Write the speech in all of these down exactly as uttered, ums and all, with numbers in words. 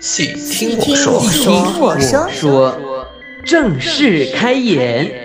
细听我说， 细听我说， 说正式开演。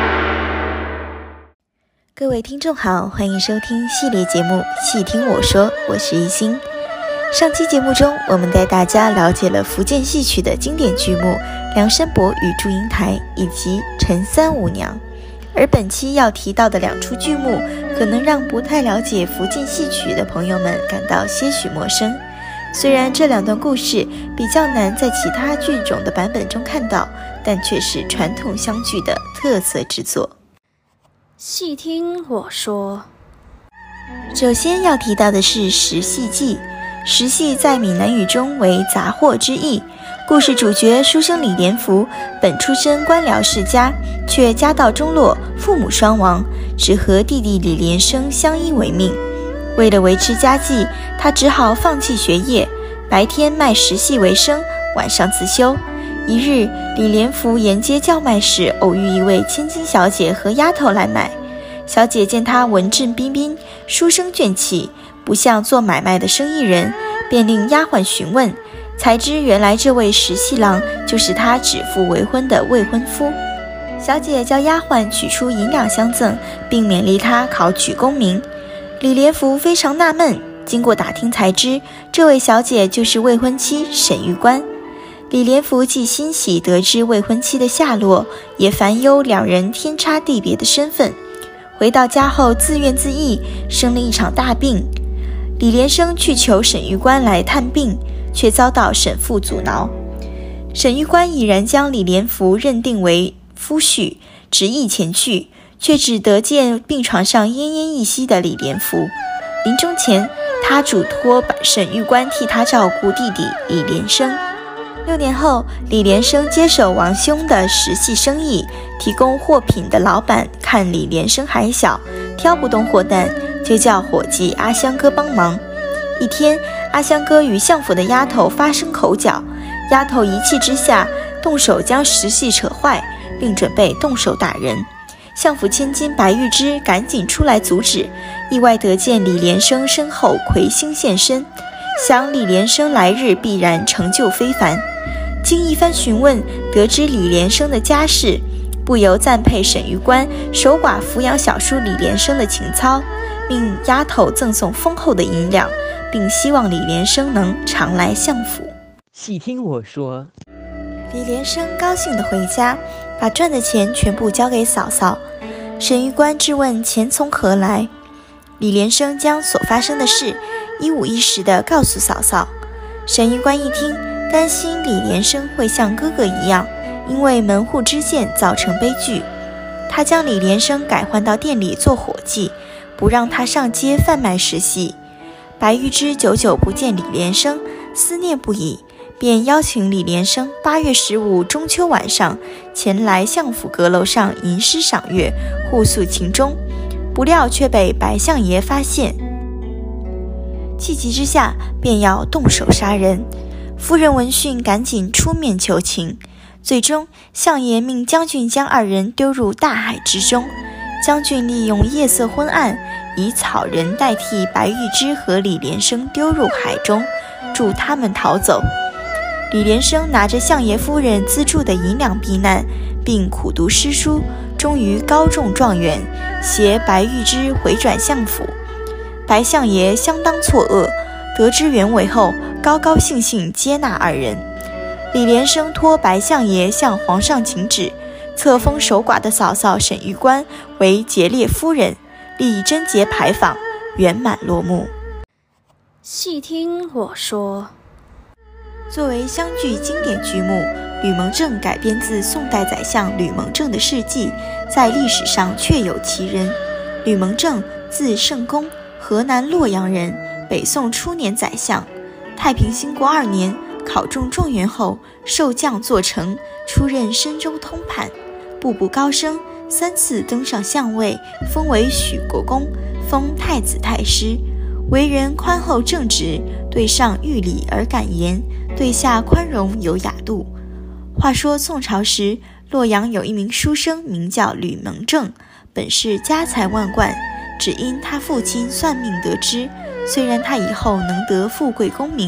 各位听众好，欢迎收听系列节目《细听我说》，我是一心。上期节目中，我们带大家了解了福建戏曲的经典剧目《梁山伯与祝英台》以及《陈三五娘》，而本期要提到的两出剧目，可能让不太了解福建戏曲的朋友们感到些许陌生。虽然这两段故事比较难在其他剧种的版本中看到，但却是传统湘剧的特色之作。 细听我说。 首先要提到的是石戏记。石戏在闽南语中为杂货之意，故事主角书生李连福本出身官僚世家，却家道中落，父母双亡，只和弟弟李连生相依为命。为了维持家计，他只好放弃学业，白天卖石戏为生，晚上自修。一日，李连福沿街叫卖时，偶遇一位千金小姐和丫头来买。小姐见他文质彬彬，书生卷气，不像做买卖的生意人，便令丫鬟询问，才知原来这位石戏郎就是他指腹为婚的未婚夫。小姐叫丫鬟取出银两相赠，并勉励他考取功名。李连福非常纳闷，经过打听才知，这位小姐就是未婚妻沈玉官。李连福既欣喜得知未婚妻的下落，也烦忧两人天差地别的身份。回到家后自怨自艾，生了一场大病。李连生去求沈玉官来探病，却遭到沈父阻挠。沈玉官已然将李连福认定为夫婿，执意前去，却只得见病床上奄奄一息的李连福。临终前，他嘱托沈玉官替他照顾弟弟李连生。六年后，李连生接手王兄的石戏生意，提供货品的老板看李连生还小，挑不动货担，就叫伙计阿香哥帮忙。一天，阿香哥与相府的丫头发生口角，丫头一气之下动手将石戏扯坏，并准备动手打人。相府千金白玉芝赶紧出来阻止，意外得见李连生身后魁星现身，想李连生来日必然成就非凡。经一番询问，得知李连生的家世，不由赞佩沈玉官守寡抚养小叔李连生的情操，命丫头赠送丰厚的银两，并希望李连生能常来相府。 细听我说。 李连生高兴地回家，把赚的钱全部交给嫂嫂。沈玉官质问钱从何来，李连生将所发生的事一五一十地告诉嫂嫂。沈玉官一听，担心李连生会像哥哥一样，因为门户之见造成悲剧。他将李连生改换到店里做伙计，不让他上街贩卖石戏。白玉芝久久不见李连生，思念不已，便邀请李连生八月十五中秋晚上前来相府阁楼上吟诗赏月，互诉情衷。不料却被白相爷发现，气急之下便要动手杀人。夫人闻讯赶紧出面求情，最终相爷命将军将二人丢入大海之中。将军利用夜色昏暗，以草人代替白玉芝和李连生丢入海中，助他们逃走。李连生拿着相爷夫人资助的银两避难，并苦读诗书，终于高中状元，携白玉芝回转相府。白相爷相当错愕，得知原委后，高高兴兴接纳二人。李连生托白相爷向皇上请旨，册封守寡的嫂嫂沈玉官为节烈夫人，立贞节牌坊，圆满落幕。 细听我说。 作为湘剧经典剧目，吕蒙正改编自宋代宰相吕蒙正的事迹，在历史上确有其人。吕蒙正字圣公，河南洛阳人，北宋初年宰相。太平兴国二年，考中状元后，受降做丞，出任深州通判，步步高升，三次登上相位，封为许国公，封太子太师。为人宽厚正直，对上御礼而敢言，对下宽容有雅度。话说宋朝时，洛阳有一名书生名叫吕蒙正，本是家财万贯，只因他父亲算命得知，虽然他以后能得富贵功名，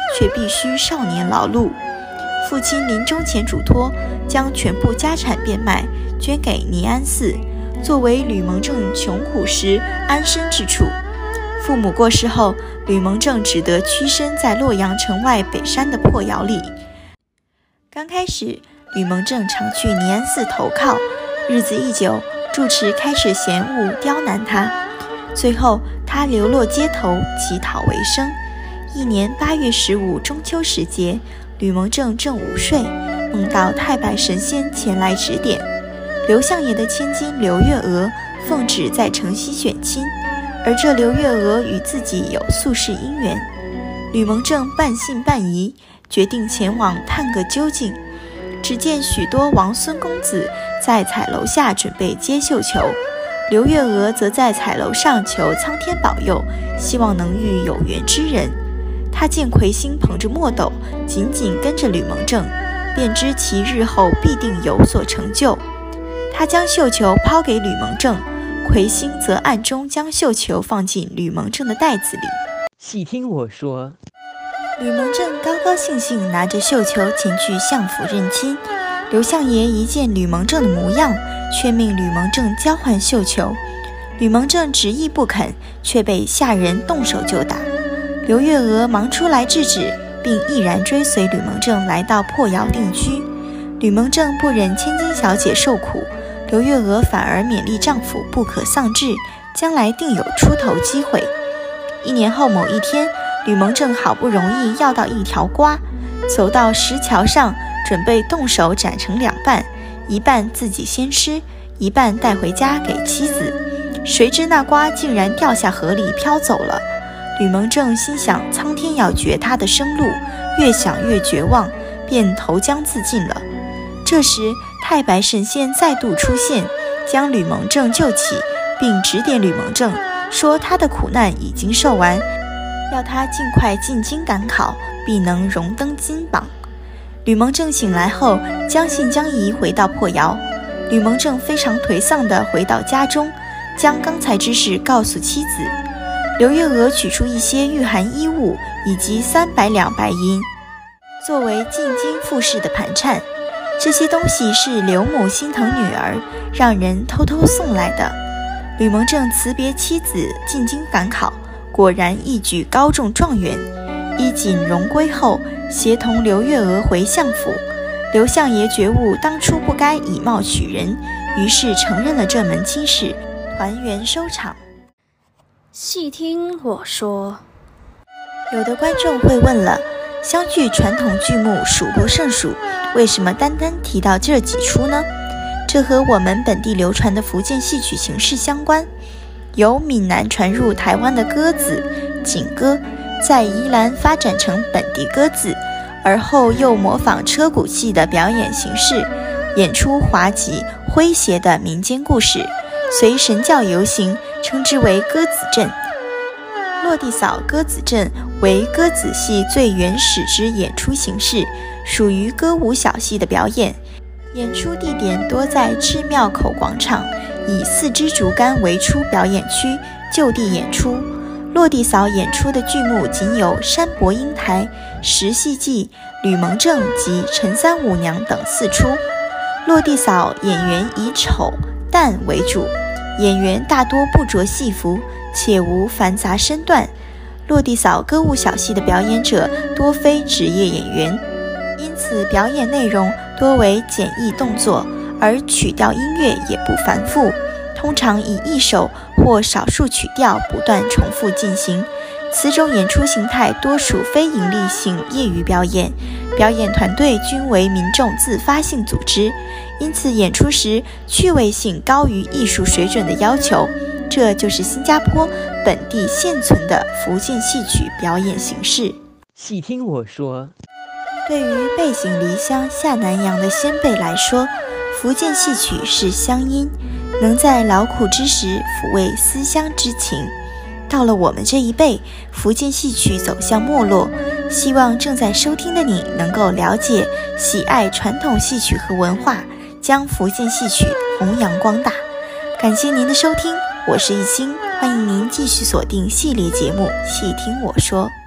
却必须少年劳碌。父亲临终前嘱托，将全部家产变卖，捐给尼安寺，作为吕蒙正穷苦时安身之处。父母过世后，吕蒙正只得屈身在洛阳城外北山的破窑里。刚开始，吕蒙正常去尼安寺投靠，日子一久，住持开始嫌恶刁难他，最后他流落街头，乞讨为生。一年八月十五中秋时节，吕蒙正正午睡，梦到太白神仙前来指点。刘相爷的千金刘月娥奉旨在城西选亲，而这刘月娥与自己有宿世姻缘。吕蒙正半信半疑，决定前往探个究竟。只见许多王孙公子在彩楼下准备接绣球，刘月娥则在彩楼上求苍天保佑，希望能遇有缘之人。他见魁星捧着墨斗紧紧跟着吕蒙正，便知其日后必定有所成就。他将绣球抛给吕蒙正，魁星则暗中将绣球放进吕蒙正的袋子里。 细听我说。 吕蒙正高高兴兴拿着绣球前去相府认亲。刘相爷一见吕蒙正的模样，却命吕蒙正交换绣球。吕蒙正执意不肯，却被下人动手就打。刘月娥忙出来制止，并毅然追随吕蒙正来到破窑定居。吕蒙正不忍千金小姐受苦，刘月娥反而勉励丈夫不可丧志，将来定有出头机会。一年后某一天，吕蒙正好不容易要到一条瓜，走到石桥上，准备动手斩成两半，一半自己先吃，一半带回家给妻子。谁知那瓜竟然掉下河里飘走了。吕蒙正心想苍天要绝他的生路，越想越绝望，便投江自尽了。这时太白神仙再度出现，将吕蒙正救起，并指点吕蒙正，说他的苦难已经受完，要他尽快进京赶考，必能荣登金榜。吕蒙正醒来后，将信将疑回到破窑。吕蒙正非常颓丧地回到家中，将刚才之事告诉妻子。刘月娥取出一些御寒衣物以及三百两白银，作为进京赴试的盘缠。这些东西是刘母心疼女儿，让人偷偷送来的。吕蒙正辞别妻子，进京赶考，果然一举高中状元。衣锦荣归后，协同刘月娥回相府。刘相爷觉悟当初不该以貌取人，于是承认了这门亲事，团圆收场。 细听我说。 有的观众会问了，湘剧传统剧目数不胜数，为什么单单提到这几出呢？这和我们本地流传的福建戏曲形式相关。由闽南传入台湾的歌子、景歌，在宜兰发展成本地歌子，而后又模仿车鼓戏的表演形式，演出滑稽诙谐的民间故事，随神教游行，称之为歌子阵。落地扫歌子阵为歌子戏最原始之演出形式，属于歌舞小戏的表演。演出地点多在赤庙口广场，以四支竹竿围出表演区，就地演出。落地扫演出的剧目仅有《山伯英台》、《石戏记》、《吕蒙正》及《陈三五娘》等四出。落地扫演员以丑、旦为主，演员大多不着戏服，且无繁杂身段。落地扫歌舞小戏的表演者多非职业演员，因此表演内容多为简易动作，而曲调音乐也不繁复，通常以一首或少数曲调不断重复进行。此种演出形态多属非营利性业余表演，表演团队均为民众自发性组织，因此演出时趣味性高于艺术水准的要求。这就是新加坡本地现存的福建戏曲表演形式。 细听我说。 对于背井离乡下南洋的先辈来说，福建戏曲是乡音，能在劳苦之时抚慰思乡之情。到了我们这一辈，福建戏曲走向没落，希望正在收听的你能够了解、喜爱传统戏曲和文化，将福建戏曲弘扬光大。感谢您的收听，我是一心，欢迎您继续锁定系列节目《细听我说》。